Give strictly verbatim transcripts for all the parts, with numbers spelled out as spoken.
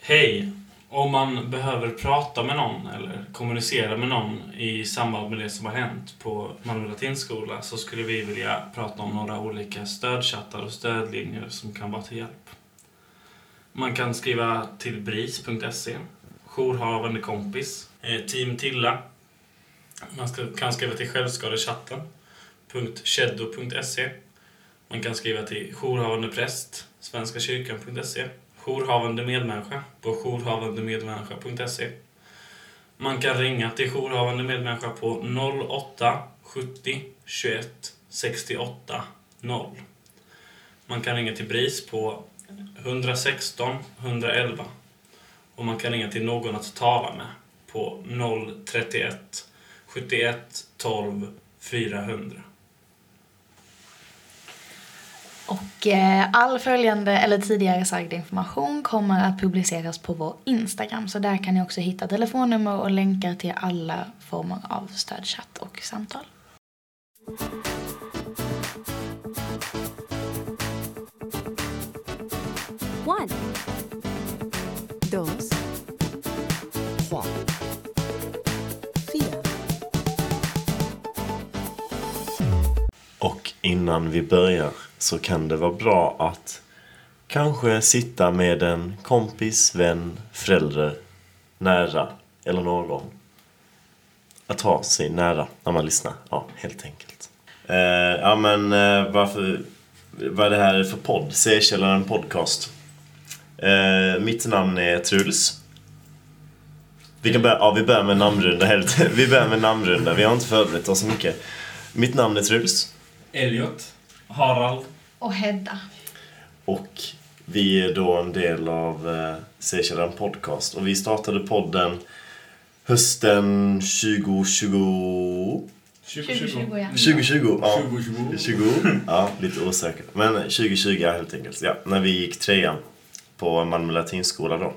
Hej! Om man behöver prata med någon eller kommunicera med någon i samband med det som har hänt på Malmö Latinskola så skulle vi vilja prata om några olika stödchattar och stödlinjer som kan vara till hjälp. Man kan skriva till bris punkt se, jourhavande kompis, team Tilla. Man ska, kan skriva till självskadechatten .sheddo punkt se. Man kan skriva till jourhavande präst, svenska kyrkan punkt se. Jourhavande medmänniska på jourhavandemedmänniska punkt se. Man kan ringa till jourhavande medmänniska på noll åtta sjuttio tjugoett sextioåtta noll. Man kan ringa till BRIS på ett sex ett ett ett ett. Och man kan ringa till någon att tala med på noll trettioett sjuttioett tolv fyrahundra. Och eh, all följande eller tidigare sagd information kommer att publiceras på vår Instagram. Så där kan ni också hitta telefonnummer och länkar till alla former av stödchatt och samtal. One. Dos. Trois. Fyra. Och innan vi börjar så kan det vara bra att kanske sitta med en kompis, vän, förälder, nära eller någon. Att ha sig nära när man lyssnar. Ja, helt enkelt. Eh, ja, men eh, varför, vad är det här för podd? C-källaren podcast. Eh, mitt namn är Truls. Vi kan börja, ja, vi börjar med namnrunda helt. Vi börjar med namnrunda. Vi har inte förberett oss så mycket. Mitt namn är Truls. Elliot, Harald Och Hedda. Och vi är då en del av eh, C-källaren podcast. Och vi startade podden hösten tjugo tjugo. tjugo tjugo, ja. tjugo tjugo, ja. tjugo tjugo. tjugo, ja, lite osäker. Men tjugo tjugo helt enkelt, ja. När vi gick trean på Malmö Latinskola då.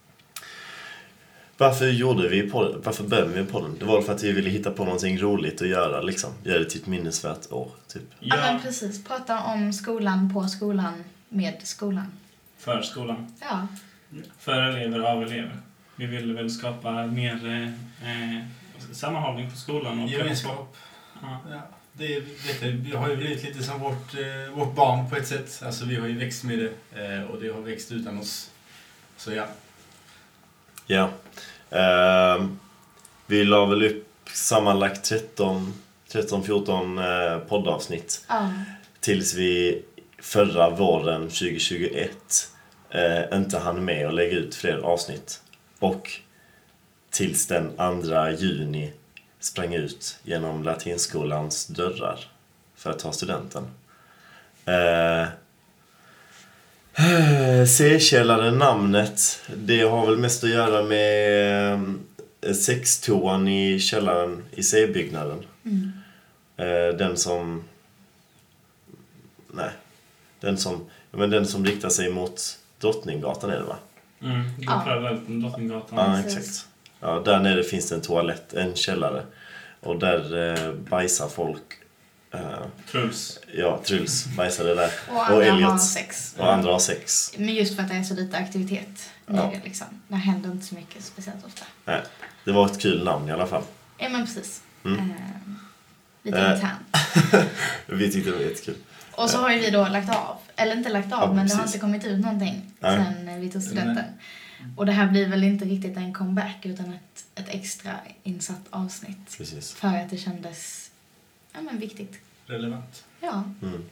Varför gjorde vi podden? Varför började vi podden? Det var för att vi ville hitta på någonting roligt att göra, liksom. Göra det till ett minnesvärt år, typ. Ja, ja, men precis. Prata om skolan, på skolan, med skolan. För skolan. Ja. För elever, av elever. Vi ville väl skapa mer eh, sammanhållning på skolan. Och gemenskap. Ja. Ja, det, vet du, vi har ju blivit lite som vårt, eh, vårt barn på ett sätt. Alltså vi har ju växt med det eh, och det har växt utan oss. Så ja. Ja. Uh, vi la väl upp sammanlagt tretton fjorton uh, poddavsnitt. Ja. Tills vi förra våren tjugo tjugoett uh, inte hann med att lägga ut fler avsnitt. Och tills den andra juni sprang ut genom Latinskolans dörrar för att ta studenten. Uh, C-källaren namnet, det har väl mest att göra med sextoan i källaren i C-byggnaden. Mm. Den som nej, den som men den som riktar sig mot Drottninggatan är det, va? Mm, det går Ja. parallellt med Drottninggatan. Ja, Precis. exakt. Ja, där nere finns det en toalett, en källare. Och där eh, bajsar folk. Uh, Truls. ja, Truls bajsade där. Och andra Elliot. har sex. Och andra har sex. Men just för att det är så lite aktivitet. Ja. Nu, liksom. Det händer inte så mycket speciellt ofta. Nej, det var ett kul namn i alla fall. Ja, men precis. Mm. Eh, lite Eh. internt. Vi tyckte det var jättekul. Och så har ju vi då lagt av. Eller inte lagt av, Ja, men det har precis. inte kommit ut någonting Nej. sen vi tog studenten. Och det här blir väl inte riktigt en comeback utan ett, ett extra insatt avsnitt. Precis. För att det kändes ja, men viktigt. Relevant. Ja. Mm.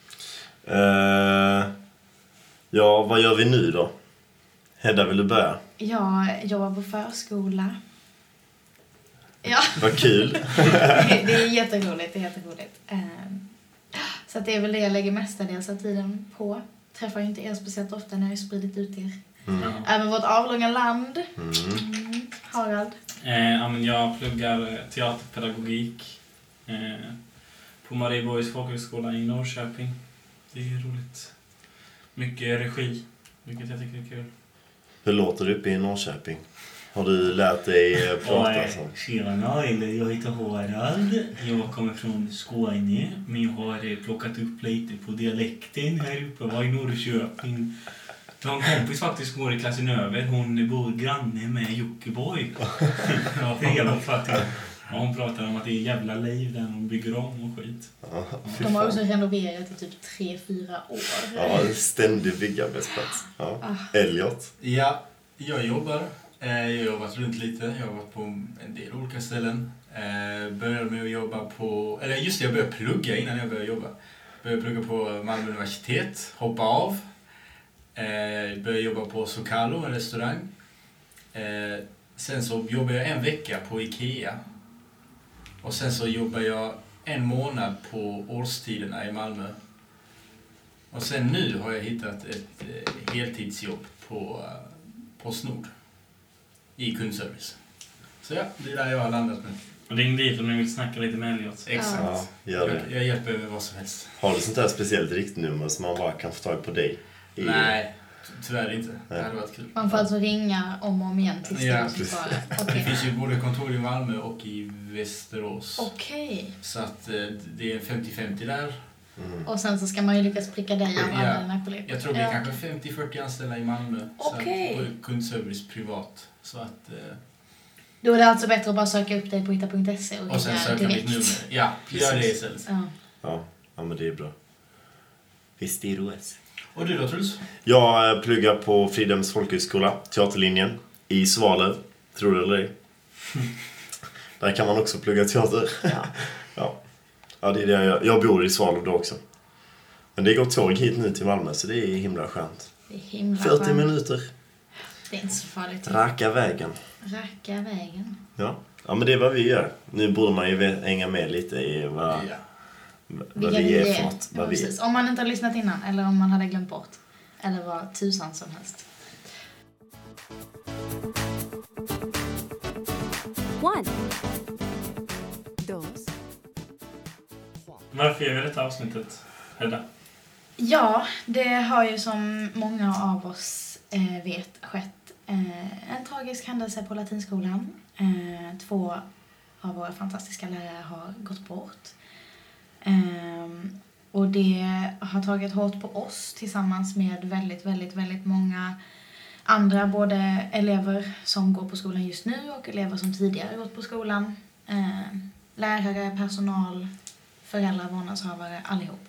Uh, ja, vad gör vi nu då? Hedda, vill du börja? Jag jobbar på förskola. Ja. Vad kul. Det är jätteroligt, det är jätteroligt. Ehm, Så att det är väl det jag lägger mestadels av tiden på. Träffar ju inte er speciellt ofta när jag har spridit ut er. Mm. Även vårt avlånga land. Mm. Mm. Harald. Eh, ja, men jag pluggar teaterpedagogik eh, på Marieborgs folkhögskola i Norrköping. Det är roligt. Mycket regi, vilket jag tycker är kul. Hur låter det uppe i Norrköping? Har du lärt dig eh, prata så? Tjena, eller jag heter Harald. Jag kommer från Skåne, men jag har plockat upp lite på dialekten här uppe. Var i Norrköping. Jag har en kompis faktiskt går i klassen över. Hon bor granne med Jockiboi. Ja, helt faktiskt. Ja, hon pratar om att det är jävla liv där de bygger om och skit. Ja, De har också renoverat i typ tre, fyra år. Ja, ständig byggarbetsplats. Ja. Ah. Elliot. Ja, jag jobbar. Eh, Jag har varit runt lite. Jag har varit på en del olika ställen. Eh, Började med att jobba på... Eller just det, jag började plugga innan jag började jobba. Började plugga på Malmö universitet. Hoppa av. Eh, Började jobba på Socalo, en restaurang. Eh, Sen så jobbade jag en vecka på Ikea. Och sen så jobbade jag en månad på Årstiderna i Malmö. Och sen nu har jag hittat ett eh, heltidsjobb på eh, Postnord. I kundservice. Så ja, det är där jag har landat nu. Och ring dit om ni vill snacka lite med Elliot. Exakt. Ja, gör det. Jag, jag hjälper med vad som helst. Har du sånt där speciellt riktnummer som man bara kan få tag på dig? I... Nej, ty- tyvärr inte. Det Nej. hade varit kul. Man får alltså ringa om och om igen tills Ja, det som precis. svarar. Det Okej. finns ju både kontor i Malmö och i Västerås. Okej. Så att eh, det är femtio femtio där. Mm. Och sen så ska man ju lyckas pricka dig av alla Ja. dina kollegor. Jag tror det är Ja. kanske femtio fyrtio anställda i Malmö. Okej. Så att, på kundservice privat. Så att, eh, Då är det alltså bättre att bara söka upp dig på hitta punkt se och, och sen ringa söka mitt direkt. nummer. Ja, gör det istället. Ja. Ja. Ja, men det är bra. Visst är det O S. Och du då, Truls? Jag eh, pluggar på Fridhems folkhögskola, teaterlinjen, i Svalöv. Tror du eller ej? Där kan man också plugga teater. Ja. Ja. Ja, det är det jag gör. Jag bor i Svalöv då också. Men det går tåg hit nu till Malmö, så det är himla skönt. Det är himla fyrtio skönt. minuter. Det är inte så farligt. Raka vägen. Racka vägen. Ja. Ja, men det är vad vi gör. Nu borde man ju ve- hänga med lite i vad, Ja. vad vi är för något. Ja, Vad vi är. precis. Om man inte har lyssnat innan eller om man hade glömt bort. Eller vad tusan som helst. One. Dos. Varför gör vi detta avsnittet, Hedda? Ja, det har ju som många av oss eh, vet skett eh, en tragisk händelse på latinskolan. Eh, två av våra fantastiska lärare har gått bort. Eh, och det har tagit hårt på oss tillsammans med väldigt, väldigt, väldigt många andra, både elever som går på skolan just nu och elever som tidigare gått på skolan. Eh, lärare, personal, föräldrar, vårdnadshavare, allihop.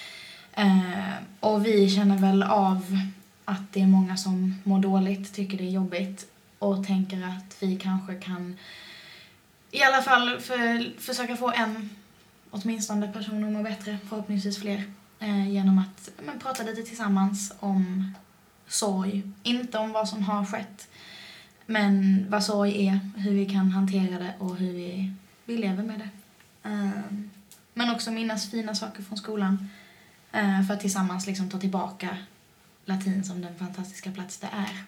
Eh, och vi känner väl av att det är många som mår dåligt, tycker det är jobbigt och tänker att vi kanske kan i alla fall för, försöka få en åtminstone person att må bättre, förhoppningsvis fler, eh, genom att men, prata lite tillsammans om sorg. Inte om vad som har skett, men vad sorg är, hur vi kan hantera det och hur vi, vi lever med det. Eh, men också minnas fina saker från skolan. För att tillsammans liksom ta tillbaka latin som den fantastiska plats det är.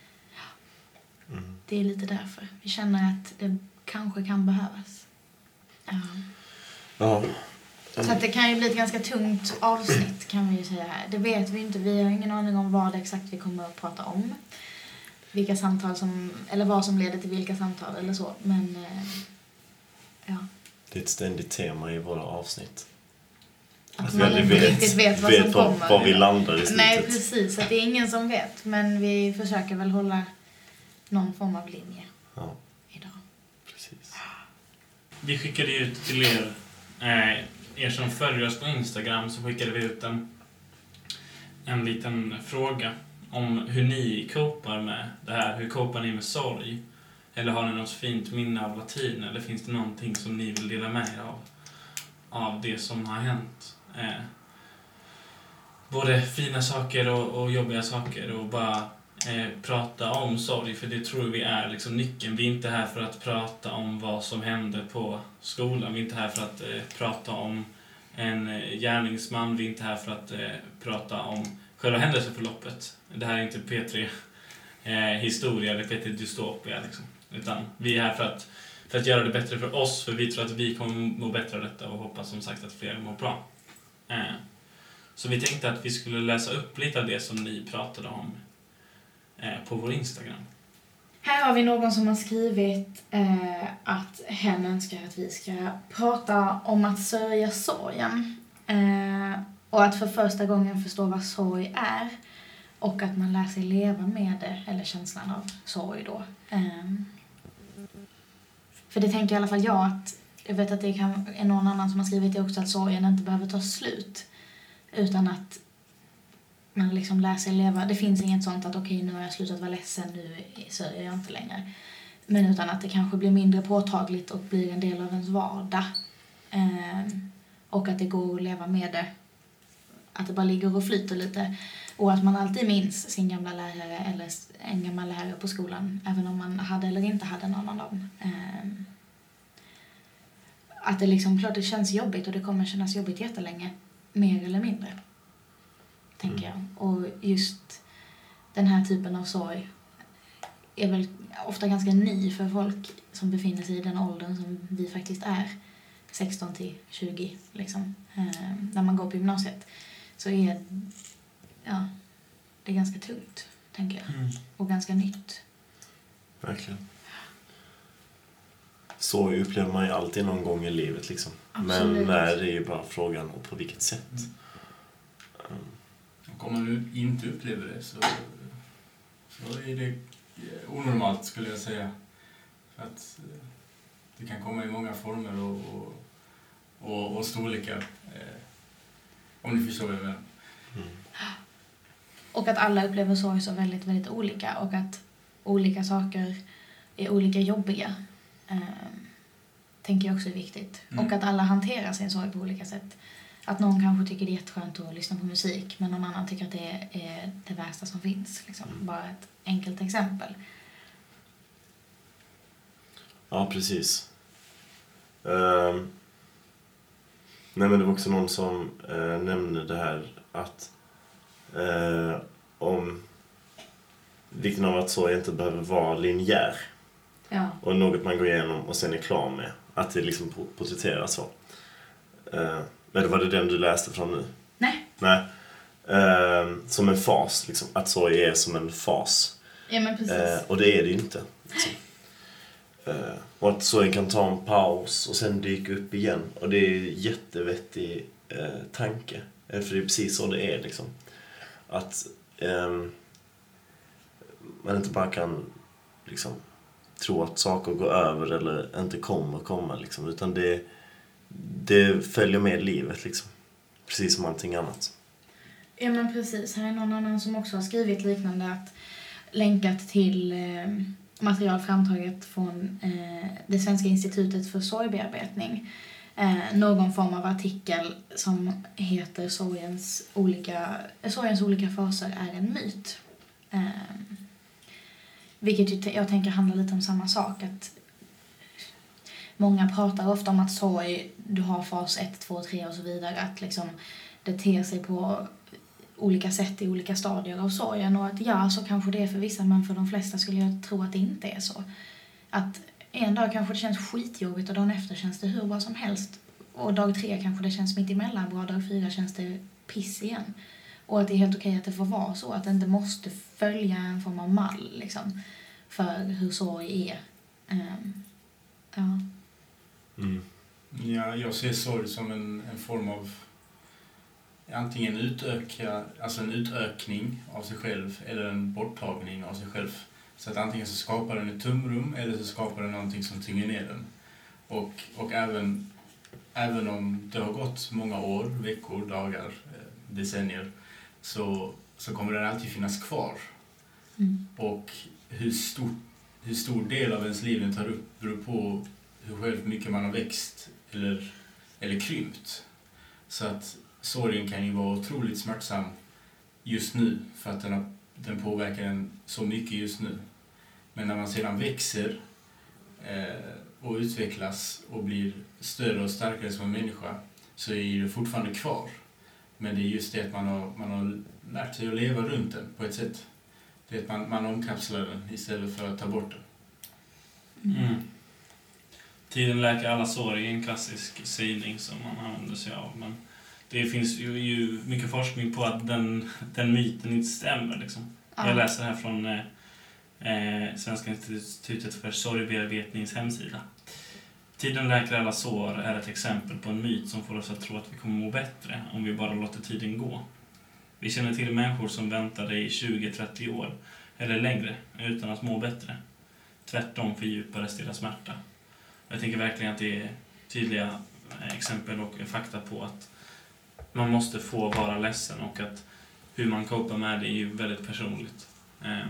Mm. Det är lite därför. Vi känner att det kanske kan behövas. Ja. Ja. Så att det kan ju bli ett ganska tungt avsnitt kan vi ju säga här. Det vet vi inte. Vi har ingen aning om vad exakt vi kommer att prata om. Vilka samtal som, eller vad som leder till vilka samtal eller så. Men ja. Det är ett ständigt tema i våra avsnitt. Att Att man vi inte aldrig riktigt vet vad vet som var, kommer. var vi landar i slutet. Nej, precis. Att det är ingen som vet. Men vi försöker väl hålla någon form av linje Ja, idag. precis. Vi skickade ut till er, eh, er som följer oss på Instagram, så skickade vi ut en, en liten fråga om hur ni copar med det här. Hur copar ni med sorg? Eller har ni något fint minne av latin? Eller finns det någonting som ni vill dela med er av? Av det som har hänt. Eh, både fina saker och, och jobbiga saker. Och bara eh, prata om sorg. För det tror vi är liksom nyckeln. Vi är inte här för att prata om vad som hände på skolan. Vi är inte här för att eh, prata om en eh, gärningsman. Vi är inte här för att eh, prata om själva händelseförloppet. Det här är inte P tre eh, historia eller P tre dystopia. Liksom. Utan vi är här för att För att göra det bättre för oss, för vi tror att vi kommer må bättre av detta och hoppas som sagt att fler mår bra. Eh, så vi tänkte att vi skulle läsa upp lite av det som ni pratade om eh, på vår Instagram. Här har vi någon som har skrivit eh, att hen önskar att vi ska prata om att sörja sorgen. Eh, och att för första gången förstå vad sorg är. Och att man lär sig leva med det, eller känslan av sorg då. Um, för det tänker i alla fall jag att, jag vet att det kan, är någon annan som har skrivit det också, att sorgen inte behöver ta slut. Utan att man liksom lär sig leva. Det finns inget sånt att okej, okay, nu har jag slutat vara ledsen, nu sörjer jag inte längre. Men utan att det kanske blir mindre påtagligt och blir en del av ens vardag. Um, och att det går att leva med det. Att det bara ligger och flyter lite. Och att man alltid minns sin gamla lärare eller en gammal lärare på skolan. Även om man hade eller inte hade någon av dem. Um, att det liksom, klart det känns jobbigt och det kommer kännas jobbigt jättelänge. Mer eller mindre. Tänker jag. Och just den här typen av sorg är väl ofta ganska ny för folk som befinner sig i den åldern som vi faktiskt är. sexton till tjugo liksom. Um, när man går på gymnasiet. Så är ja, det är ganska tungt, tänker jag. Mm. Och ganska nytt. Verkligen. Så upplever man ju alltid någon gång i livet liksom. Absolut. Men när det är ju bara frågan och på vilket sätt. Mm. Och om man nu inte upplever det så, så är det onormalt, skulle jag säga. För att det kan komma i många former och, och, och, och storlekar. Eh, om ni förstår vad jag menar. Mm. Och att alla upplever sorg så väldigt, väldigt olika. Och att olika saker är olika jobbiga. Eh, tänker jag också är viktigt. Mm. Och att alla hanterar sin sorg på olika sätt. Att någon kanske tycker det är jätteskönt att lyssna på musik. Men någon annan tycker att det är det värsta som finns. Liksom. Mm. Bara ett enkelt exempel. Ja, precis. Um, nej, men det var också någon som uh, nämnde det här att uh, om vikten av att sorg inte behöver vara linjär. Ja. Och något man går igenom och sen är klar med. Att det liksom porträtteras så. Uh, men var det den du läste från nu? Nej. Nej. Uh, som en fas, liksom. Att sorg är som en fas. Ja, men precis. Uh, och det är det ju inte. Liksom. Uh, och att sorgen kan ta en paus och sen dyka upp igen. Och det är en jättevettig uh, tanke. Uh, för det är precis så det är liksom. Att um, man inte bara kan liksom tro att saker går över eller inte kommer komma liksom. Utan det, det följer med livet liksom. Precis som allting annat. Ja, men precis. Här är någon annan som också har skrivit liknande, att länkat till eh, material framtaget från eh, det Svenska institutet för sorgbearbetning. Eh, någon form av artikel som heter Sorgens olika, sorgens olika faser är en myt. Eh, vilket jag tänker handlar lite om samma sak. Att många pratar ofta om att sorg, du har fas ett, två, tre och så vidare. Att liksom det ter sig på olika sätt i olika stadier av sorgen. Och att ja, så kanske det är för vissa, men för de flesta skulle jag tro att det inte är så. Att en dag kanske det känns skitjobbigt och dagen efter känns det hur bra som helst. Och dag tre kanske det känns mitt emellan bra, dag fyra känns det piss igen. Och att det är helt okej att det får vara så. Att det inte måste följa en form av mall liksom, för hur sorg är. Um, ja. Mm. Ja, jag ser sorg som en, en form av antingen utöka, alltså en utökning av sig själv eller en borttagning av sig själv. Så att antingen så skapar den ett tumrum eller så skapar den någonting som tynger ner den. Och, och även, även om det har gått många år, veckor, dagar, decennier, så, så kommer den alltid finnas kvar. Mm. Och hur stor, hur stor del av ens liv den tar upp beror på hur själv mycket man har växt eller, eller krympt. Så att sorgen kan ju vara otroligt smärtsam just nu för att den, har, den påverkar en så mycket just nu. Men när man sedan växer eh, och utvecklas och blir större och starkare som en människa så är det fortfarande kvar. Men det är just det att man har, man har lärt sig att leva runt den på ett sätt. Det är att man, man omkapslar den istället för att ta bort den. Mm. Tiden läker alla sår är en klassisk sägning som man använder sig av. Men det finns ju, ju mycket forskning på att den, den myten inte stämmer. Liksom. Ja. Jag läser här från eh, Svenska institutet för sorgbearbetnings hemsida. Tiden läker alla sår är ett exempel på en myt som får oss att tro att vi kommer må bättre om vi bara låter tiden gå. Vi känner till människor som väntade i tjugo till trettio år eller längre utan att må bättre. Tvärtom fördjupades deras smärta. Jag tänker verkligen att det är tydliga exempel och fakta på att man måste få vara ledsen och att hur man copar med det är ju väldigt personligt. Eh,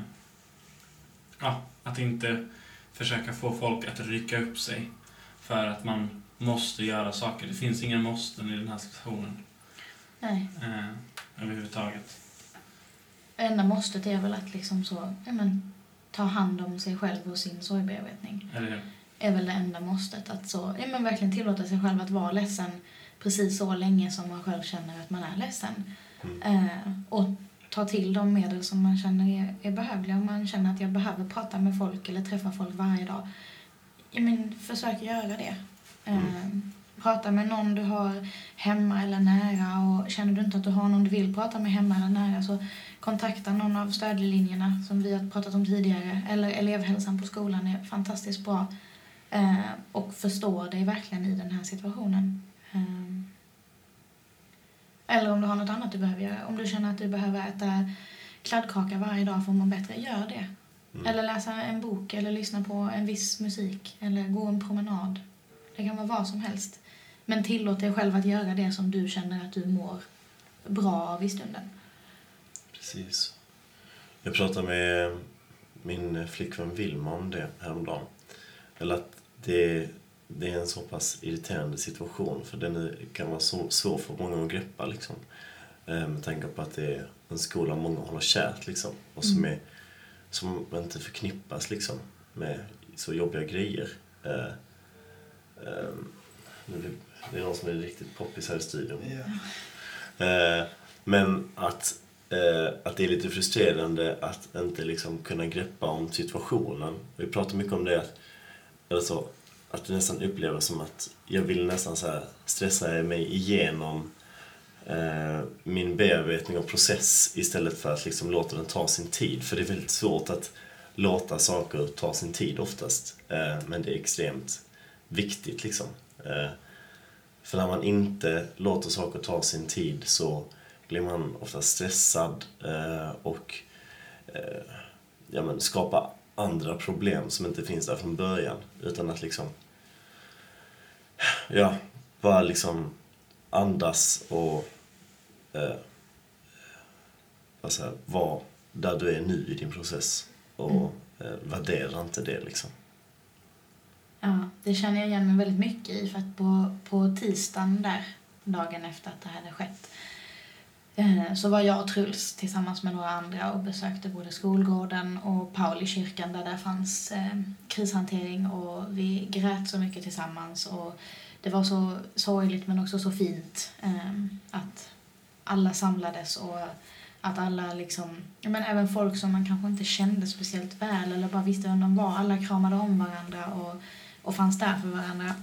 ja, att inte försöka få folk att rycka upp sig för att man måste göra saker. Det finns ingen måsten i den här situationen. Nej. Eh, överhuvudtaget. Enda måstet är väl att liksom så, ja, men, ta hand om sig själv och sin sorgbearbetning. Eller hur? Är väl det enda måstet. Att så, ja, men verkligen tillåta sig själv att vara ledsen precis så länge som man själv känner att man är ledsen. Mm. Eh, och ta till de medel som man känner är, är behövliga. Om man känner att jag behöver prata med folk eller träffa folk varje dag. Ja, men försök göra det. Eh, Mm. Prata med någon du har hemma eller nära. Och känner du inte att du har någon du vill prata med hemma eller nära, så kontakta någon av stödlinjerna som vi har pratat om tidigare. Eller elevhälsan på skolan är fantastiskt bra. Eh, och förstår dig verkligen i den här situationen. Eh, eller om du har något annat du behöver göra. Om du känner att du behöver äta kladdkaka varje dag för att må bättre, gör det. Mm. Eller läsa en bok eller lyssna på en viss musik. Eller gå en promenad. Det kan vara vad som helst. Men tillåt dig själv att göra det som du känner att du mår bra av i stunden. Precis. Jag pratade med min flickvän Vilma om det häromdagen. Eller att det, det är en så pass irriterande situation. För den är, kan vara så svår för många att greppa. Liksom. Eh, med tanke på att det är en skola många håller kärt. Liksom, och som, är, som inte förknippas liksom, med så jobbiga grejer. Eh, eh, det är någon som är riktigt poppis här i studion. Yeah. Eh, men att Eh, att det är lite frustrerande att inte liksom kunna greppa om situationen. Vi pratar mycket om det, att, eller så, att det nästan upplever som att jag vill nästan så här stressa mig igenom eh, min bearbetning och process istället för att liksom låta den ta sin tid. För det är väldigt svårt att låta saker ta sin tid oftast. Eh, men det är extremt viktigt liksom. Eh, för när man inte låter saker ta sin tid så blir man ofta stressad eh, och eh, ja, men skapa andra problem som inte finns där från början, utan att liksom ja, bara liksom andas och eh, alltså, vara där du är nu i din process och eh, värdera inte det liksom. Ja, det känner jag igen mig väldigt mycket i, för att på, på tisdagen där, dagen efter att det hade skett, så var jag och Truls tillsammans med några andra och besökte både skolgården och Paulikyrkan där det fanns eh, krishantering, och vi grät så mycket tillsammans, och det var så sorgligt men också så fint eh, att alla samlades och att alla liksom, men även folk som man kanske inte kände speciellt väl eller bara visste vem de var, alla kramade om varandra och, och fanns där för varandra.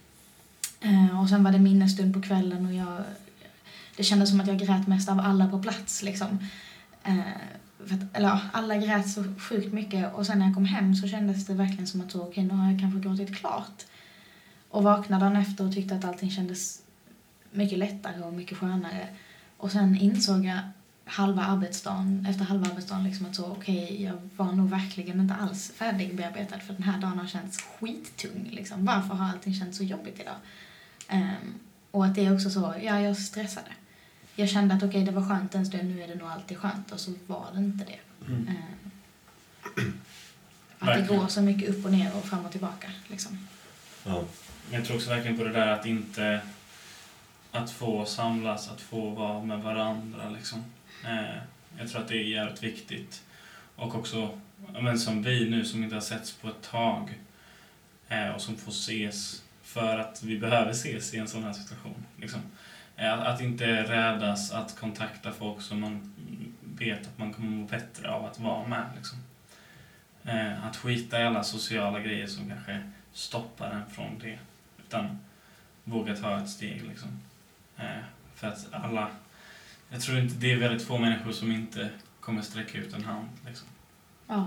Eh, och sen var det minnesstund på kvällen och jag det kändes som att jag grät mest av alla på plats liksom. Eh, för att, eller ja, alla grät så sjukt mycket, och sen när jag kom hem så kändes det verkligen som att så, okej, nu har jag kanske gråtit klart. Och vaknade dagen efter och tyckte att allting kändes mycket lättare och mycket skönare. Och sen insåg jag halva arbetsdagen, efter halva arbetsdagen liksom att så, okej, jag var nog verkligen inte alls färdigbearbetad, för den här dagen har känts skittung liksom. Varför har allting känts så jobbigt idag? Eh, och att det är också så, ja, jag stressade. Jag kände att okej, okay, det var skönt en stund, nu är det nog alltid skönt, och så var det inte det. Mm. Eh, att det går så mycket upp och ner och fram och tillbaka liksom. Ja. Jag tror också verkligen på det där att inte att få samlas, att få vara med varandra liksom. Eh, jag tror att det är jävligt viktigt. Och också, men som vi nu som inte har setts på ett tag eh, och som får ses för att vi behöver ses i en sån här situation liksom. Att inte rädas att kontakta folk som man vet att man kommer må bättre av att vara med. Liksom. Att skita i alla sociala grejer som kanske stoppar en från det. Utan våga ta ett steg. Liksom. För att alla... Jag tror inte det är väldigt få människor som inte kommer sträcka ut en hand. Liksom. Ja.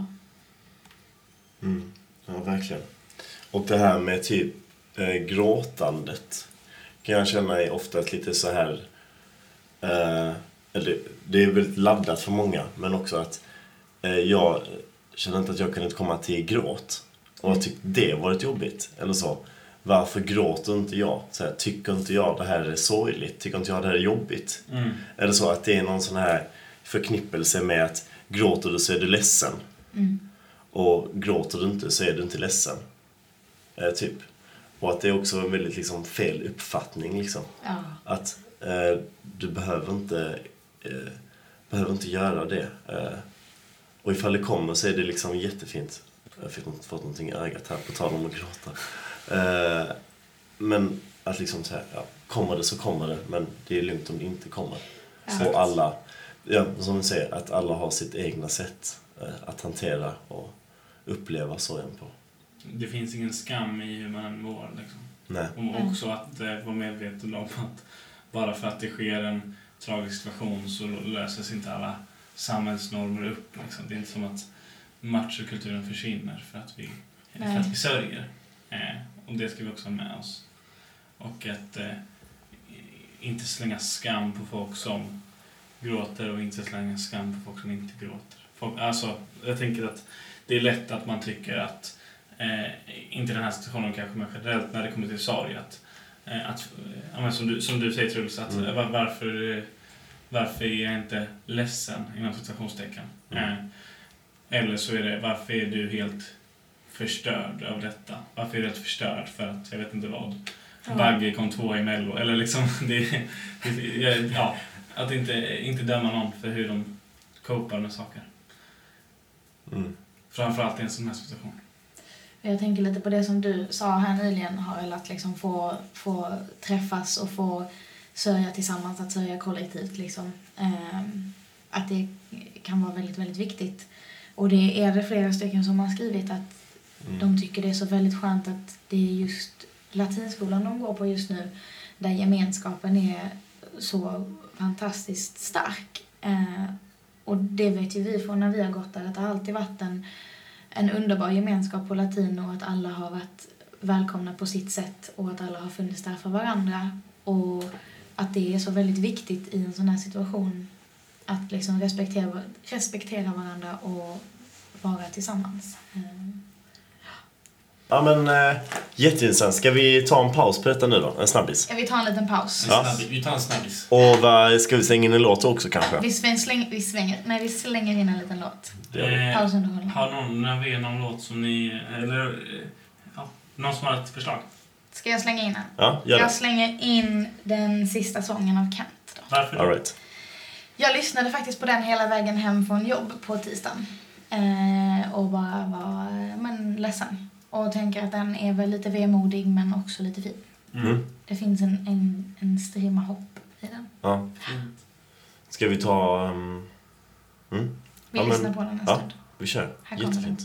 Mm. Ja, verkligen. Och det här med typ eh, gråtandet kan jag känna är ofta lite så här eh, eller, det är väldigt laddat för många, men också att eh, jag känner inte att jag kunde komma till gråt. Och jag tyckte det varit jobbigt. Eller så. Varför gråter inte jag? Så här, tycker inte jag det här är sorgligt? Tycker inte jag det här är jobbigt? Mm. Eller så att det är någon sån här förknippelse med att gråter du så är du ledsen. Mm. Och gråter du inte så är du inte ledsen. Eh, typ. Och att det är också en väldigt liksom, fel uppfattning. Liksom. Ja. Att eh, du behöver inte, eh, behöver inte göra det. Eh, och ifall det kommer så är det liksom jättefint. Jag fick inte fått någonting i ögat här på tal om att gråta. Eh, men att liksom så här, ja, kommer det så kommer det. Men det är lugnt om det inte kommer. Ja. Och alla, ja, som du säger, att alla har sitt egna sätt eh, att hantera och uppleva sorgen på. Det finns ingen skam i hur man mår. Liksom. Nej. Och också att eh, vara medveten om att bara för att det sker en tragisk situation så löses inte alla samhällsnormer upp. Liksom. Det är inte som att machokulturen försvinner för att vi, för att vi sörjer. Eh, och det ska vi också ha med oss. Och att eh, inte slänga skam på folk som gråter och inte slänga skam på folk som inte gråter. Folk, alltså, jag tänker att det är lätt att man tycker att eh, inte den här situationen kanske, men generellt när det kommer till sorg att, eh, att ja, men som, du, som du säger Truls, att Mm. var, varför, varför är jag inte ledsen inom situationstecken? Mm. Eh, eller så är det, varför är du helt förstörd av detta? Varför är du helt förstörd för att jag vet inte vad? Ja. Bagge kom två i Mello. Eller liksom, det, det, ja, att inte, inte döma någon för hur de copar med saker. Mm. Framförallt i en sån här situation. Jag tänker lite på det som du sa här nyligen, Harald, att liksom få, få träffas och få sörja tillsammans, att sörja kollektivt. Liksom. Ehm, att det kan vara väldigt, väldigt viktigt. Och det är det flera stycken som har skrivit att Mm. de tycker det är så väldigt skönt att det är just latinskolan de går på just nu, där gemenskapen är så fantastiskt stark. Eh, och det vet ju vi från när vi har gått där, att det har alltid varit en, en underbar gemenskap på latin och att alla har varit välkomna på sitt sätt och att alla har funnits där för varandra. Och att det är så väldigt viktigt i en sån här situation att liksom respektera, respektera varandra och vara tillsammans. Eh. Ja men äh, jätteintressant. Ska vi ta en paus på detta nu då? En snabbis. Ska vi ta en liten paus? En Ja. snabbis. Vi tar en snabbis. Och vad, ska vi slänga in en låt också kanske? Vi, sväng, släng, vi, svänger, nej, vi slänger in en liten låt. Det gör vi. Eh, Pausunderhållning. har någon, när vi är någon låt som ni, eller eh, ja, någon som har ett förslag? Ska jag slänga in den? Ja, gör Jag det. slänger in den sista sången av Kent då. Varför då? All right. Jag lyssnade faktiskt på den hela vägen hem från jobb på tisdagen. Eh, och bara var men, ledsen. Och tänker att den är väl lite vemodig men också lite fin. Mm. Det finns en, en, en strimma hopp i den. Ja. Ska vi ta... Um... Mm? Vi Ja, men- lyssnar på den en ja. stund. Vi kör. Här kommer Jättefint.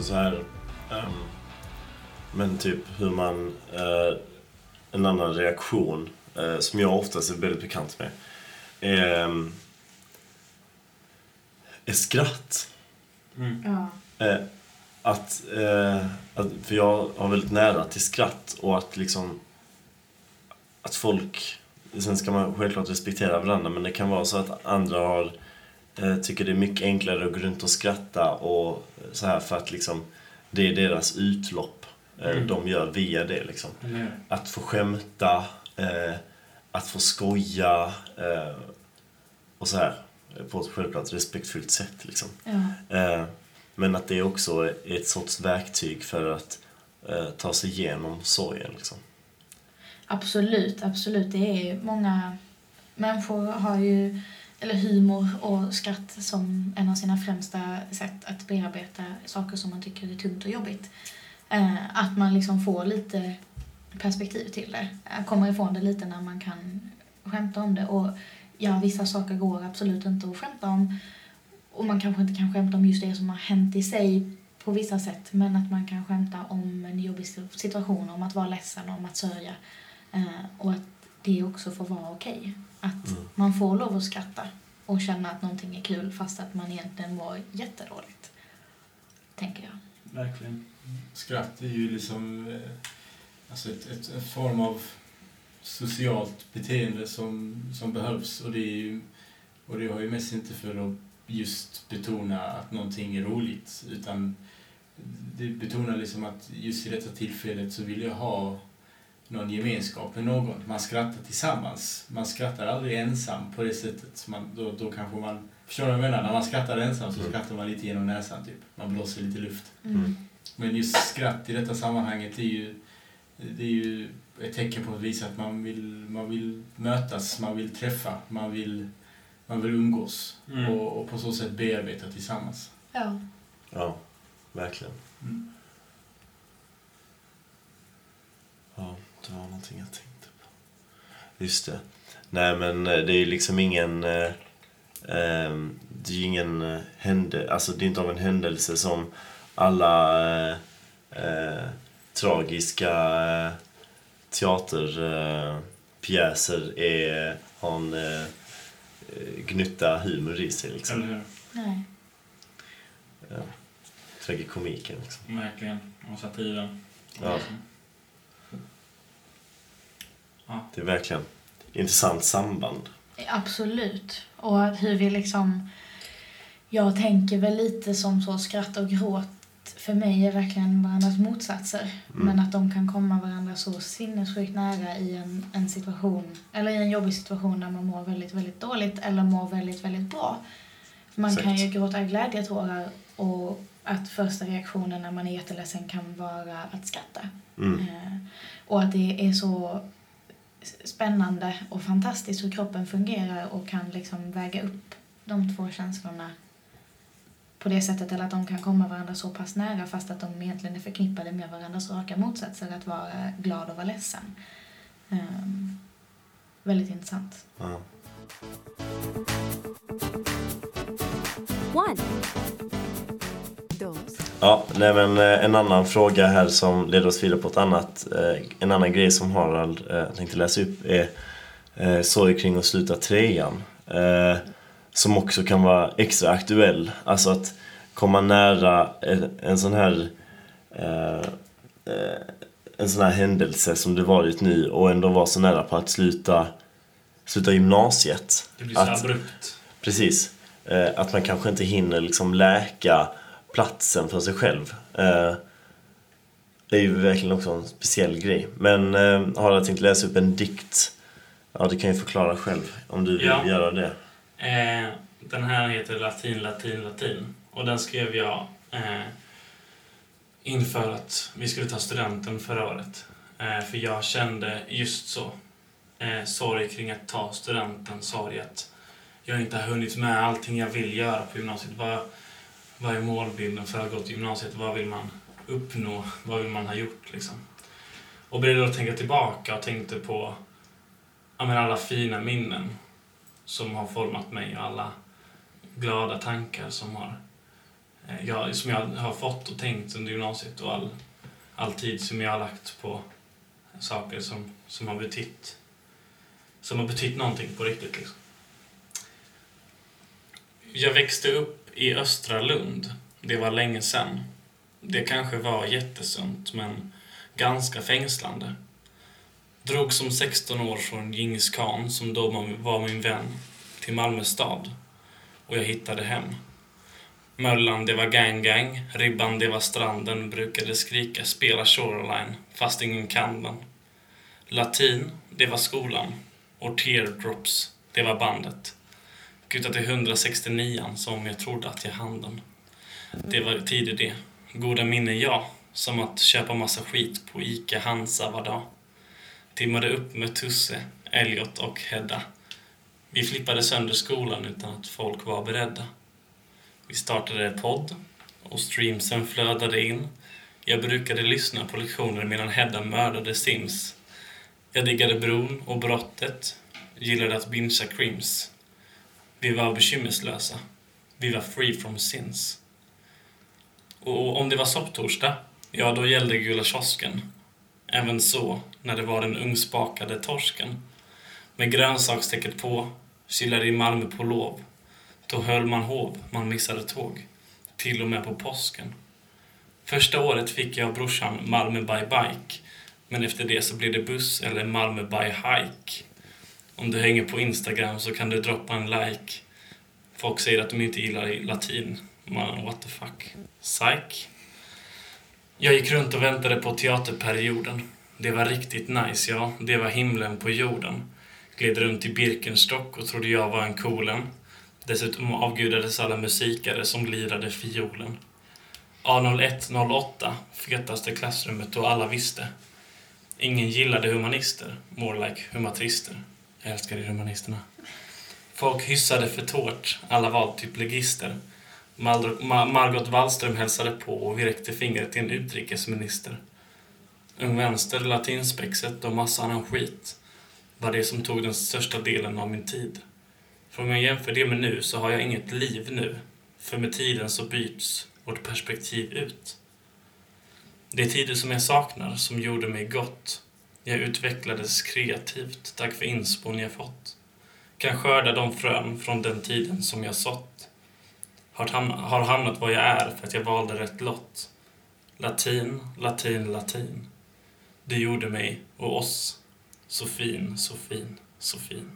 så här um, men typ hur man uh, en annan reaktion uh, som jag oftast är väldigt bekant med är, um, är skratt. Mm. Ja. Uh, att, uh, att för jag har väldigt nära till skratt och att liksom att folk, sen ska man självklart respektera varandra, men det kan vara så att andra har eh, tycker det är mycket enklare att gå runt och skratta och så här för att liksom det är deras utlopp eh, Mm. de gör via det liksom. Eller? Att få skämta, eh, att få skoja eh, och så här på ett självklart respektfullt sätt liksom. Ja. Eh, men att det också är ett sorts verktyg för att eh, ta sig igenom sorgen liksom. Absolut, absolut. Det är många människor har ju, eller humor och skratt som en av sina främsta sätt att bearbeta saker som man tycker är tungt och jobbigt. Eh, att man liksom får lite perspektiv till det. Kommer ifrån det lite när man kan skämta om det. Och ja, vissa saker går absolut inte att skämta om. Och man kanske inte kan skämta om just det som har hänt i sig på vissa sätt. Men att man kan skämta om en jobbig situation, om att vara ledsen, om att sörja. Eh, och att det också får vara okej. Att Mm. man får lov att skratta och känna att någonting är kul fast att man egentligen mår jättedåligt. Tänker jag. Verkligen. Skratt är ju liksom eh, alltså ett, ett, en form av socialt beteende som, som behövs. Och det, är ju, och det har ju mest inte för att just betona att någonting är roligt. Utan det betonar liksom att just i detta tillfället så vill jag ha någon gemenskap med någon. Man skrattar tillsammans. Man skrattar aldrig ensam på det sättet. Man, då, då kanske man... Förstår du vad jag menar? När man skrattar ensam så skrattar man lite genom näsan typ. Man blåser lite luft. Mm. Men just skratt i detta sammanhanget är ju, det är ju ett tecken på att visa att man vill, man vill mötas, man vill träffa, man vill, man vill umgås Mm. och, och på så sätt bearbeta tillsammans. Ja. Ja, verkligen. Mm. Ja, det var någonting jag tänkte på. Just det. Nej, men det är ju liksom ingen... Eh, eh, det är ju ingen eh, hände, alltså det är inte av en händelse som alla eh, eh, tragiska eh, teaterpjäser eh, är, har en eh, gnutta humor i sig liksom. Eller hur? Nej. Ja. Tragikomiken liksom. Verkligen. Och satiren. Ja. Ja. Det är verkligen intressant samband. Absolut. Och att hur vi liksom... Jag tänker väl lite som så skratt och gråt för mig är verkligen varandras motsatser. Mm. Men att de kan komma varandra så sinnessjukt nära i en, en situation, eller i en jobbig situation där man mår väldigt, väldigt dåligt eller mår väldigt, väldigt bra. För man Exakt. kan ju gråta glädjetårar och att första reaktionen när man är jätteledsen kan vara att skratta. Mm. Eh, och att det är så spännande och fantastiskt hur kroppen fungerar och kan liksom väga upp de två känslorna på det sättet, eller att de kan komma varandra så pass nära fast att de egentligen är förknippade med varandras raka motsatser, att vara glad och vara ledsen. Um, väldigt intressant. Ja. One. Dos. Ja, nej men eh, en annan fråga här som leder oss vidare på ett annat, eh, en annan grej som Harald eh, tänkte läsa upp är eh, sorg kring att sluta trean. Eh, som också kan vara extra aktuell. Alltså att komma nära en, en sån här eh, eh, en sån här händelse som det varit nu och ändå vara så nära på att sluta sluta gymnasiet. Det blir så att, abrupt. Precis. Eh, att man kanske inte hinner liksom läka platsen för sig själv. Eh, det är ju verkligen också en speciell grej. Men eh, har jag tänkt läsa upp en dikt. Ja, du kan ju förklara själv om du vill Ja. göra det. Eh, den här heter Latin, Latin, Latin. Och den skrev jag eh, inför att vi skulle ta studenten förra året. Eh, för jag kände just så. Eh, sorg kring att ta studenten. Sorg att jag inte har hunnit med allting jag vill göra på gymnasiet. Vad, vad är målbilden för att gå till gymnasiet? Vad vill man uppnå? Vad vill man ha gjort liksom? Och började då tänka tillbaka och tänkte på ja, men alla fina minnen som har format mig och alla glada tankar som har eh, jag, som jag har fått och tänkt under gymnasiet och all, all tid som jag har lagt på saker som, som har betytt som har betytt någonting på riktigt liksom. Jag växte upp i Östra Lund. Det var länge sedan. Det kanske var jättesunt, men ganska fängslande. Drog som sexton år från Djingis Khan, som då var min vän, till Malmö stad. Och jag hittade hem. Möllan, det var gang gang. Ribban, det var stranden. Brukade skrika, spela Shoreline, fast ingen kan den. Latin, det var skolan. Och Teardrops, det var bandet. Kutat till hundrasextionio som jag trodde att jag handen. Det var tidigt det. Goda minnen, ja. Som att köpa massa skit på Ica Hansa var dag. Timmade upp med Tusse, Elliot och Hedda. Vi flippade sönder skolan utan att folk var beredda. Vi startade en podd och streamsen flödade in. Jag brukade lyssna på lektioner medan Hedda mördade Sims. Jag diggade bron och brottet. Gillade att bingea crims. Vi var bekymmerslösa. Vi var free from sins. Och om det var sopptorsdag, ja då gällde gula kiosken. Även så när det var den ungspakade torsken. Med grönsakstäcket på, chillade i Malmö på lov. Då höll man hov, man missade tåg. Till och med på påsken. Första året fick jag brorsan Malmö by bike. Men efter det så blir det buss eller Malmö by hike. Om du hänger på Instagram så kan du droppa en like. Folk säger att de inte gillar latin. Man, what the fuck. Psych. Jag gick runt och väntade på teaterperioden. Det var riktigt nice, ja. Det var himlen på jorden. Gled runt i Birkenstock och trodde jag var en coolen. Dessutom avgudades alla musikare som lirade fiolen. A noll ett noll åtta, fetaste klassrummet och alla visste. Ingen gillade humanister, more like humatrister. Jag älskar humanisterna. Folk hyssade för tårt, alla var typ legister. Mar- Mar- Margot Wallström hälsade på och vi räckte fingret till en utrikesminister. Ung vänster, latinspexet och massa annan skit var det som tog den största delen av min tid. För om jag jämför det med nu så har jag inget liv nu. För med tiden så byts vårt perspektiv ut. Det är tider som jag saknar som gjorde mig gott. Jag utvecklades kreativt, tack för inspån jag fått. Kan skörda de frön från den tiden som jag sått. Har, hamna, har hamnat vad jag är för att jag valde rätt lott. Latin, latin, latin. Det gjorde mig och oss så fin, så fin, så fin.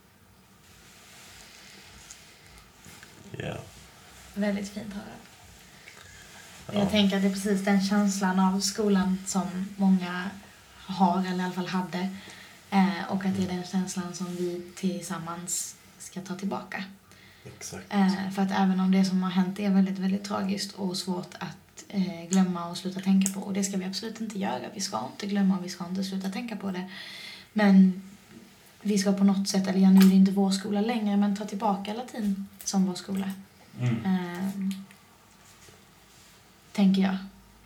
Ja. Yeah. Väldigt fint hörat. Ja. Jag tänker att det är precis den känslan av skolan som många har, eller i alla fall hade. Eh, och att det är den känslan som vi tillsammans ska ta tillbaka. Exakt. Eh, för att även om det som har hänt är väldigt, väldigt tragiskt och svårt att eh, glömma och sluta tänka på. Och det ska vi absolut inte göra. Vi ska inte glömma och vi ska inte sluta tänka på det. Men vi ska på något sätt, eller ja, nu är det inte vår skola längre, men ta tillbaka latin som vår skola. Mm. Eh, tänker jag.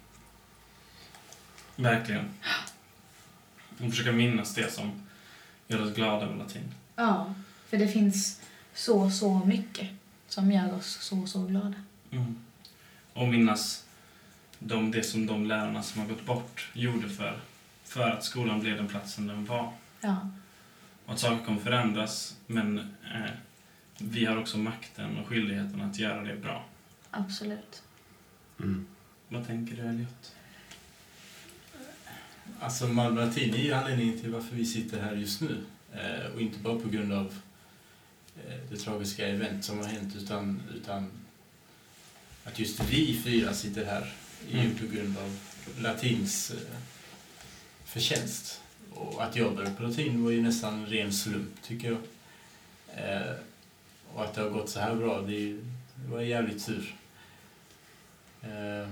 Verkligen. Och försöka minnas det som gör oss glada över latin. Ja, för det finns så, så mycket som gör oss så, så glada. Mm. Och minnas de, det som de lärarna som har gått bort gjorde för, för att skolan blev den platsen den var. Ja. Och att saker kommer förändras, men eh, vi har också makten och skyldigheten att göra det bra. Absolut. Mm. Vad tänker du, Elliot? Alltså Malmö latin är ju anledningen till varför vi sitter här just nu. Eh, och inte bara på grund av eh, det tragiska event som har hänt, utan, utan att just vi fyra sitter här är ju på grund av latins eh, förtjänst. Och att jag började på latin var ju nästan ren slump, tycker jag. Eh, och att det har gått så här bra, det, är, det var jävligt tur. Eh,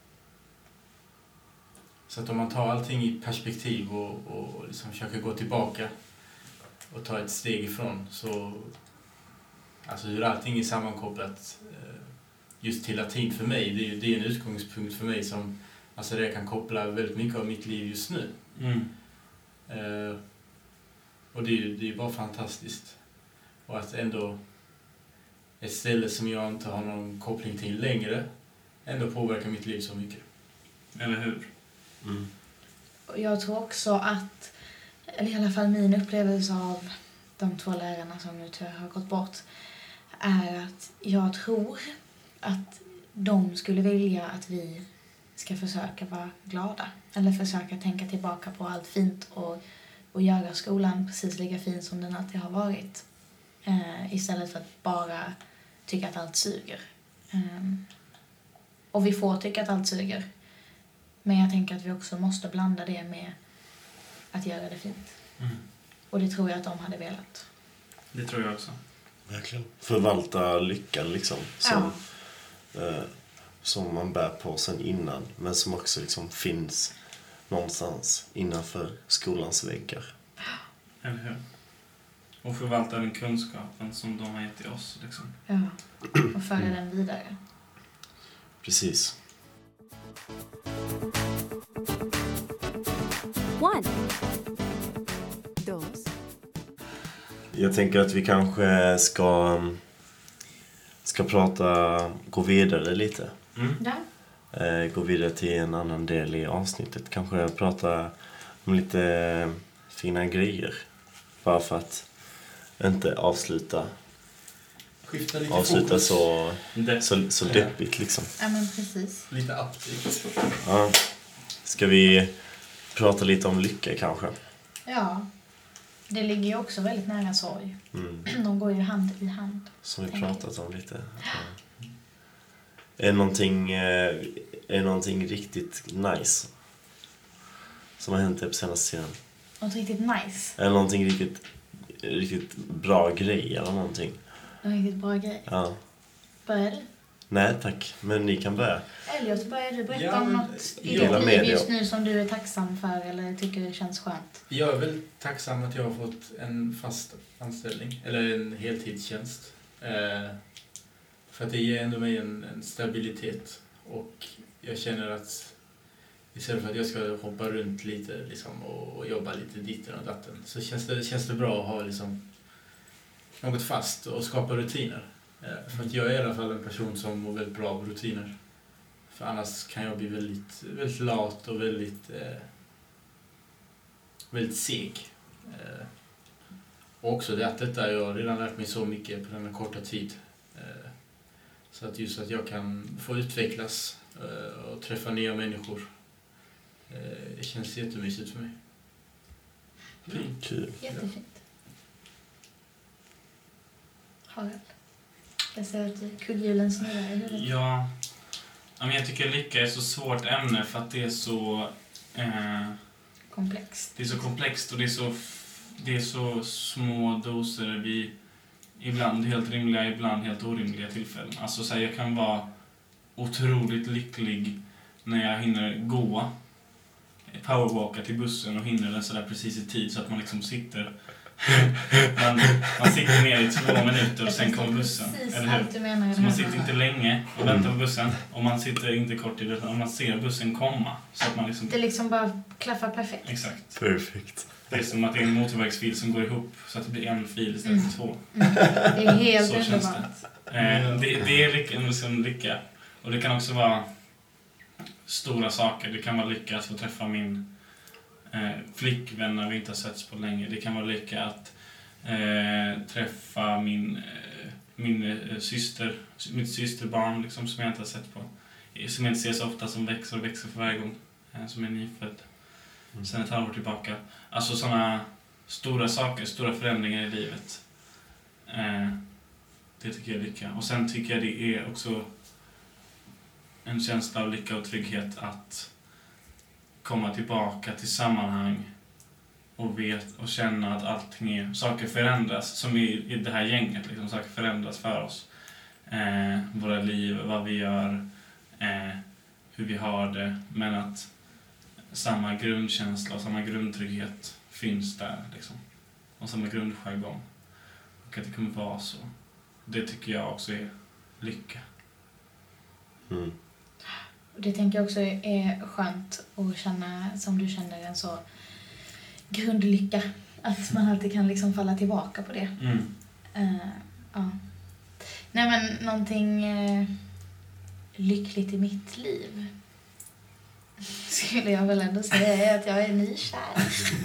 Så att om man tar allting i perspektiv och, och liksom försöker gå tillbaka och ta ett steg ifrån, så alltså hur allting är sammankopplat just till latin för mig, det är, det är en utgångspunkt för mig som alltså det kan koppla väldigt mycket av mitt liv just nu. Mm. Uh, och det är, det är bara fantastiskt. Och att ändå ett ställe som jag inte har någon koppling till längre ändå påverkar mitt liv så mycket. Eller hur? Mm. Och jag tror också att, eller i alla fall min upplevelse av de två lärarna som nu tyvärr har gått bort, är att jag tror att de skulle vilja att vi ska försöka vara glada. Eller försöka tänka tillbaka på allt fint och, och göra skolan precis lika fin som den alltid har varit. Eh, istället för att bara tycka att allt suger. Eh, och vi får tycka att allt suger. Men jag tänker att vi också måste blanda det med att göra det fint. Mm. Och det tror jag att de hade velat. Det tror jag också. Verkligen. Förvalta lyckan liksom. Som, Ja. eh, som man bär på sen innan. Men som också liksom finns någonstans innanför skolans väggar. Eller hur? Och förvalta den kunskapen som de har gett till oss. Liksom. Ja. Och föra den vidare. Precis. One. Dos. Jag tänker att vi kanske ska, ska prata, gå vidare lite. Mm. Ja. Eh, gå vidare till en annan del i avsnittet. Kanske prata om lite fina grejer. Bara för att inte avsluta, Skifta lite avsluta fokus. så, Det. så, så deppigt liksom. Ja, men precis. Lite update. Ja. Ska vi prata lite om lycka kanske? Ja. Det ligger ju också väldigt nära sorg. Mm. De går ju hand i hand. Som vi pratat om lite. Är någonting, eh, är någonting riktigt nice som har hänt på senaste tiden? Något riktigt nice. Är det någonting riktigt, riktigt bra grej eller någonting? En riktigt bra grej. Ja. Börjar du? Nej tack, men ni kan börja. Elliot, börjar du berätta Ja, om men- något i Dela ditt med liv dig. just nu som du är tacksam för eller tycker det känns skönt? Jag är väldigt tacksam att jag har fått en fast anställning, eller en heltidstjänst. Eh, för att det ger ändå mig en, en stabilitet. Och jag känner att istället för att jag ska hoppa runt lite liksom, och, och jobba lite ditten och datten, så känns det, känns det bra att ha liksom, något fast och skapa rutiner. Eh, för att jag är i alla fall en person som mår väldigt bra av rutiner. För annars kan jag bli väldigt, väldigt lat och väldigt... Eh, väldigt seg. Eh, och också det att detta, jag har redan lärt mig så mycket på denna korta tid. Eh, så att just att jag kan få utvecklas eh, och träffa nya människor. Eh, det känns jättemysigt för mig. Kul. Jättefint. Harald. Jag ser att kugghjulen snurrar i huvudet. Ja, ja, men jag tycker lycka är ett så svårt ämne för att det är så eh, Komplext. det är så komplext och det är så, det är så små doser vid ibland helt rimliga, ibland helt orimliga tillfällen. Alltså så här, jag kan vara otroligt lycklig när jag hinner gå, powerwalka till bussen och hinner den så där precis i tid så att man liksom sitter man, man sitter ner i två minuter och sen kommer bussen. Precis Eller hur? allt du menar i Så den man här sitter inte länge och väntar på bussen och man sitter inte kort tid utan man ser bussen komma. Så att man liksom... Det liksom bara klaffar perfekt. Exakt. Perfekt. Det är som att det är en motorvägsfil som går ihop så att det blir en fil istället för två. Mm. Det är helt Så känns underbart. Eh, det, det är lycka, liksom lycka. Och det kan också vara stora saker. Det kan vara lycka att få träffa min eh, flickvän när vi inte har setts på länge. Det kan vara lycka att eh, träffa min, eh, min eh, syster, mitt systerbarn liksom, som jag inte har sett på. Som jag inte ser så ofta, som växer och växer för varje gång. Eh, som är nyfödd. Mm. Sen ett halvår tillbaka. Alltså sådana stora saker, stora förändringar i livet. Eh, det tycker jag är lycka. Och sen tycker jag det är också en känsla av lycka och trygghet att komma tillbaka till sammanhang och vet och känna att allting är, saker förändras, som i, i det här gänget liksom, saker förändras för oss. Eh, våra liv, vad vi gör, eh, hur vi har det, men att samma grundkänsla och samma grundtrygghet finns där liksom. Och samma grundjargong. Och att det kommer vara så. Det tycker jag också är lycka. Mm. Och det tänker jag också är skönt att känna, som du känner, en så grundlycka. Att man alltid kan liksom falla tillbaka på det. Mm. Uh, ja. Nej men någonting uh, lyckligt i mitt liv skulle jag väl ändå säga att jag är nykär.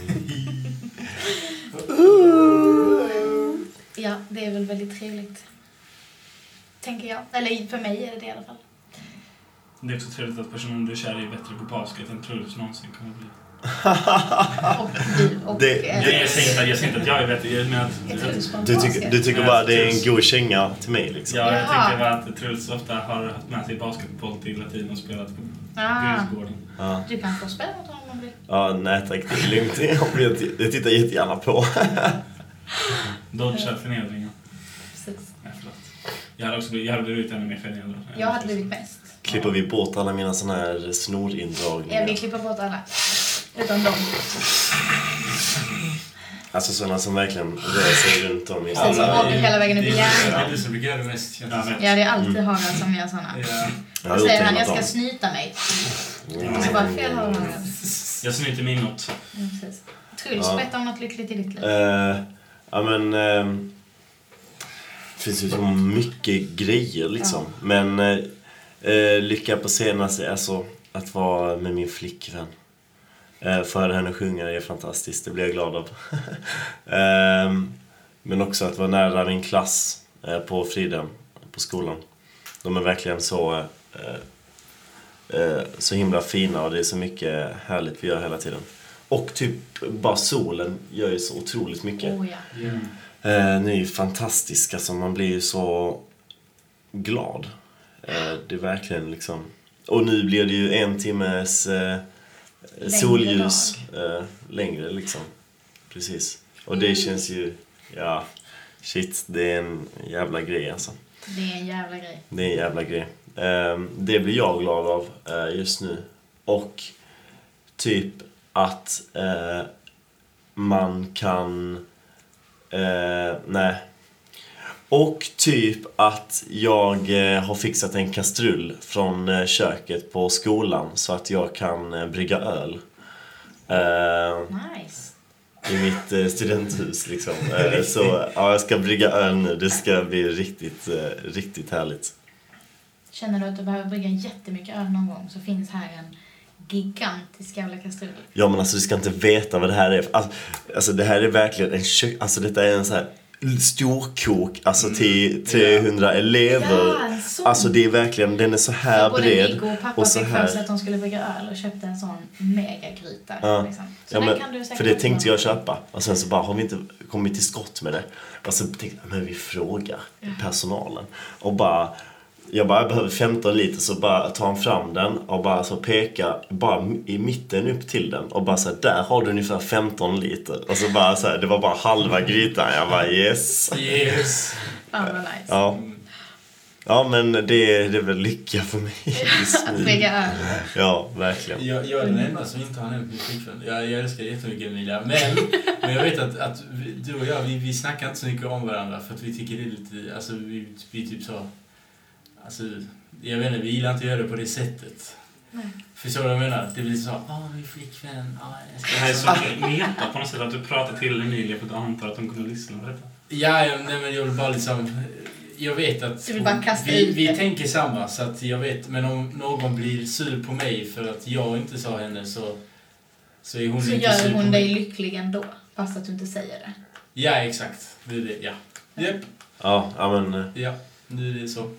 Ja, det är väl väldigt trevligt. Tänker jag. Eller för mig är det det i alla fall. Det är också trevligt att personen du är kär i är bättre på basket än Truls någonsin kommer bli. Och du. Och, Det- eh, Jag säger inte att jag, säger inte att jag är bättre. Jag menar att... är Truls på en Du basket? tycker, du tycker bara det är en god känga till mig liksom. Ja, jag Jaha. tänkte bara att Truls ofta har haft med sig basketboll till latin och spelat på Ah, grusgården. Ja, du kan få spela mot honom om du vill. ja nej tack, det är lugnt. Jag, jag tittar jättegärna på. Dodgar förnedringen. Precis. Nej, förlåt. Jag hade också blivit, jag hade blivit ännu mer förnedrad. Jag hade blivit mest. Klipper vi bort alla mina såna här snorindragningar? Jag vill klippa bort alla. Utan dem. Alltså sådana som verkligen rör sig runt om i Sen så alla... har vi hela vägen upp i Det hjärnan. är du som brukar göra det mest, känns Ja, det som. men- Ja, det är alltid Harald som gör såna. Ja. Jag har Då gjort säger det han, hela jag ska dagen. snyta mig. Mm. Och så bara fel Harald. Jag snyter min något. Mm, precis. Truls, Ja. berätta om något lyckligt i ditt liv. Eh, ja men... Eh, det finns ju så mycket grejer liksom. Men eh, eh, lycka på senaste, alltså att vara med min flickvän. Eh, för henne sjunga är fantastiskt, det blir jag glad av. eh, men också att vara nära min klass eh, på Fridhem, på skolan. De är verkligen så, eh, eh, så himla fina och det är så mycket härligt vi gör hela tiden. Och typ bara solen gör ju så otroligt mycket. Oh, ja. Mm. Eh, ni är ju fantastiska, så man blir ju så glad. Eh, det är verkligen liksom... Och nu blir det ju en timmes eh, solljus eh, längre liksom. Precis. Och det känns ju... Ja, shit, det är en jävla grej alltså. Det är en jävla grej. Det är en jävla grej. Eh, det blir jag glad av eh, just nu. Och typ att eh, man kan... Eh, nej. Och typ att jag eh, har fixat en kastrull från eh, köket på skolan så att jag kan eh, brygga öl. Eh, Nice. I mitt eh, studenthus liksom. Eh, så ja, jag ska brygga öl nu. Det ska bli riktigt, eh, riktigt härligt. Känner du att du behöver brygga jättemycket öl någon gång så finns här en gigantisk jävla kastrull. Ja men alltså du ska inte veta vad det här är. Alltså, alltså det här är verkligen en kök... Alltså detta är en så här storkok. Alltså till trehundra elever. Ja, en sån. Alltså det är verkligen, den är så här Både bred. Nico och pappa och så fick här. för sig att de skulle brygga öl och köpte en sån megagryta. Ja. Liksom. Så Ja, den men, kan du säkert för det också tänkte jag ha. köpa. Och sen så bara har vi inte kommit till skott med det. Och så tänkte jag, men vi frågar personalen. Och bara, jag bara jag behöver femton liter, så bara tar han fram den och bara så pekar bara i mitten upp till den. Och bara så här, där har du ungefär femton liter. Och så bara så här, det var bara halva grytan. Jag bara yes. Yes. Fan vad nice. Ja. Ja men det, det är väl lycka för mig just Att nu. brygga öl. Ja, verkligen. Jag, jag är den enda som inte har nämnt min flickvän. Jag, jag älskar jättemycket Emilia. Men, men jag vet att, att vi, du och jag, vi, vi snackar inte så mycket om varandra. För att vi tycker det är lite, alltså vi, vi typ så... Alltså, jag vet inte, vi gillar inte att göra det på det sättet. Nej. Förstår du vad jag menar? Det blir så, åh min flickvän, åh jag ska... Det här är så meta på något sätt att du pratar till Emilia för att du antar att de kommer att lyssna på detta. Ja, ja, nej, men jag vill bara liksom... Jag vet att Du vill bara kasta vi, ut vi det. tänker samma, så att jag vet, men om någon blir sur på mig för att jag inte sa henne så, så är hon Så inte gör sur på hon mig. dig lycklig ändå. Fast att du inte säger det. Ja, exakt. Det är det, ja. Japp, Ja, ja men eh, ja, nu är det så.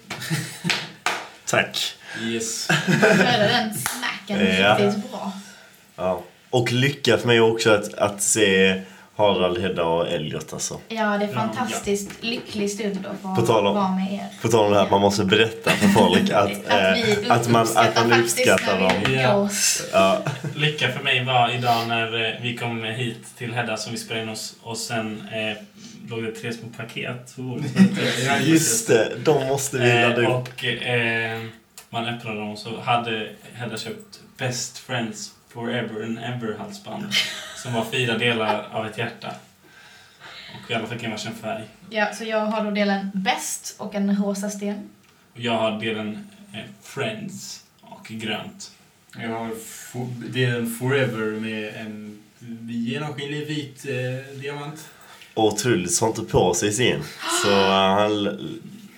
tack. Yes. Hörde den snacken Ja. riktigt bra. Ja. Och lycka för mig också att, att se Harald, Hedda och Elliot alltså. Ja, det är fantastiskt lycklig stund att få På tal om- vara med er. På tal om det här att man måste berätta för folk att, Att vi eh, att man, att man uppskattar faktiskt när dem. vi Ja. umgås. Ja. Lycka för mig var idag när eh, vi kom hit till Hedda som vi spelade in oss och sen eh, låg det tre små paket på bordet. Ja, Just det, de måste vi ladda Eh, upp. och eh, man öppnade dem och så hade Hedda köpt Best Friends Forever and Ever halsband som var fyra delar av ett hjärta. Och vi alla fick en varsin färg. Ja, så jag har då delen bäst och en rosa sten. Och jag har delen eh, Friends och grönt. Jag har fo- det är en Forever med en genomskinlig vit eh, diamant. Och Truls har inte på sig sin. Så han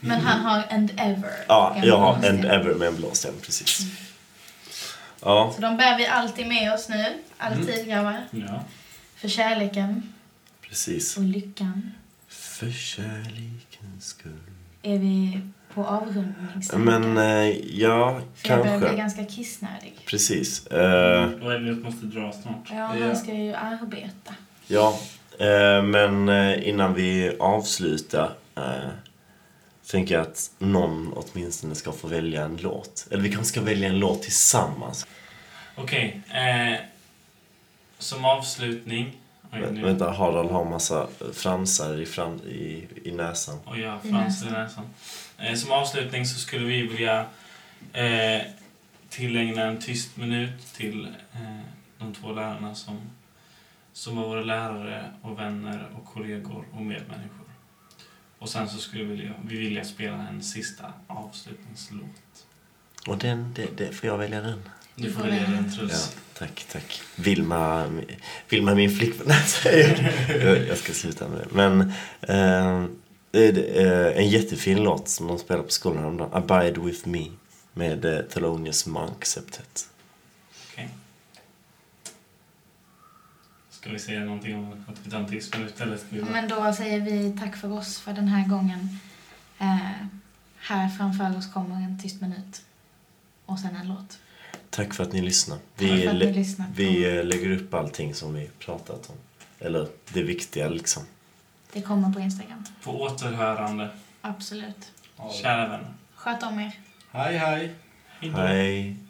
Men han har And Ever. Ja, En jag har blåsten. And Ever med en blå sten, precis. Ja, Så de bär vi alltid med oss nu. Alltid, grabbar. Ja. För kärleken precis. och lyckan För kärlekens skull. är vi på avrundningstankar. Men, eh, ja, För jag börjar bli kanske. ganska kissnödig. Precis. Eh, Och Elliot måste dra snart. Ja, Ja. han ska ju arbeta. ja, eh, men eh, innan vi avslutar eh, tänker jag att någon åtminstone ska få välja en låt. Eller vi kanske ska välja en låt tillsammans. Okej. Eh, som avslutning... Oj, Vä- nu. Vänta, Harald har massa fransar i, fram, i, i näsan. Och jag I frans i näsan. näsan. Eh, som avslutning så skulle vi vilja eh, tillägna en tyst minut till eh, de två lärarna som, som var våra lärare och vänner och kollegor och medmänniskor. Och sen så skulle vi vilja, vi vilja spela en sista avslutningslåt. Och den, det, det får jag välja den. Du får välja den, Ja, Truls. tack, tack. Vilma, Vilma min flickvän. Nej, säger jag. Jag ska sluta med det. Men eh, det är eh, en jättefin låt som de spelar på skolan häromdagen. Abide with me med eh, Thelonious Monk septet. Okej. Ska vi säga någonting om att vi tar en tyst minut eller ska vi bara... Men då säger vi tack för oss för den här gången. Eh, här framför oss kommer en tyst minut. Och sen en låt. Tack för att ni lyssnar. Tack Vi, för att lä- ni lyssnat. vi eh, lägger upp allting som vi pratat om. Eller det viktiga liksom. Det kommer på Instagram. På återhörande, Absolut. kära vänner. Sköt om er. Hej, hej. Hej då. Hej.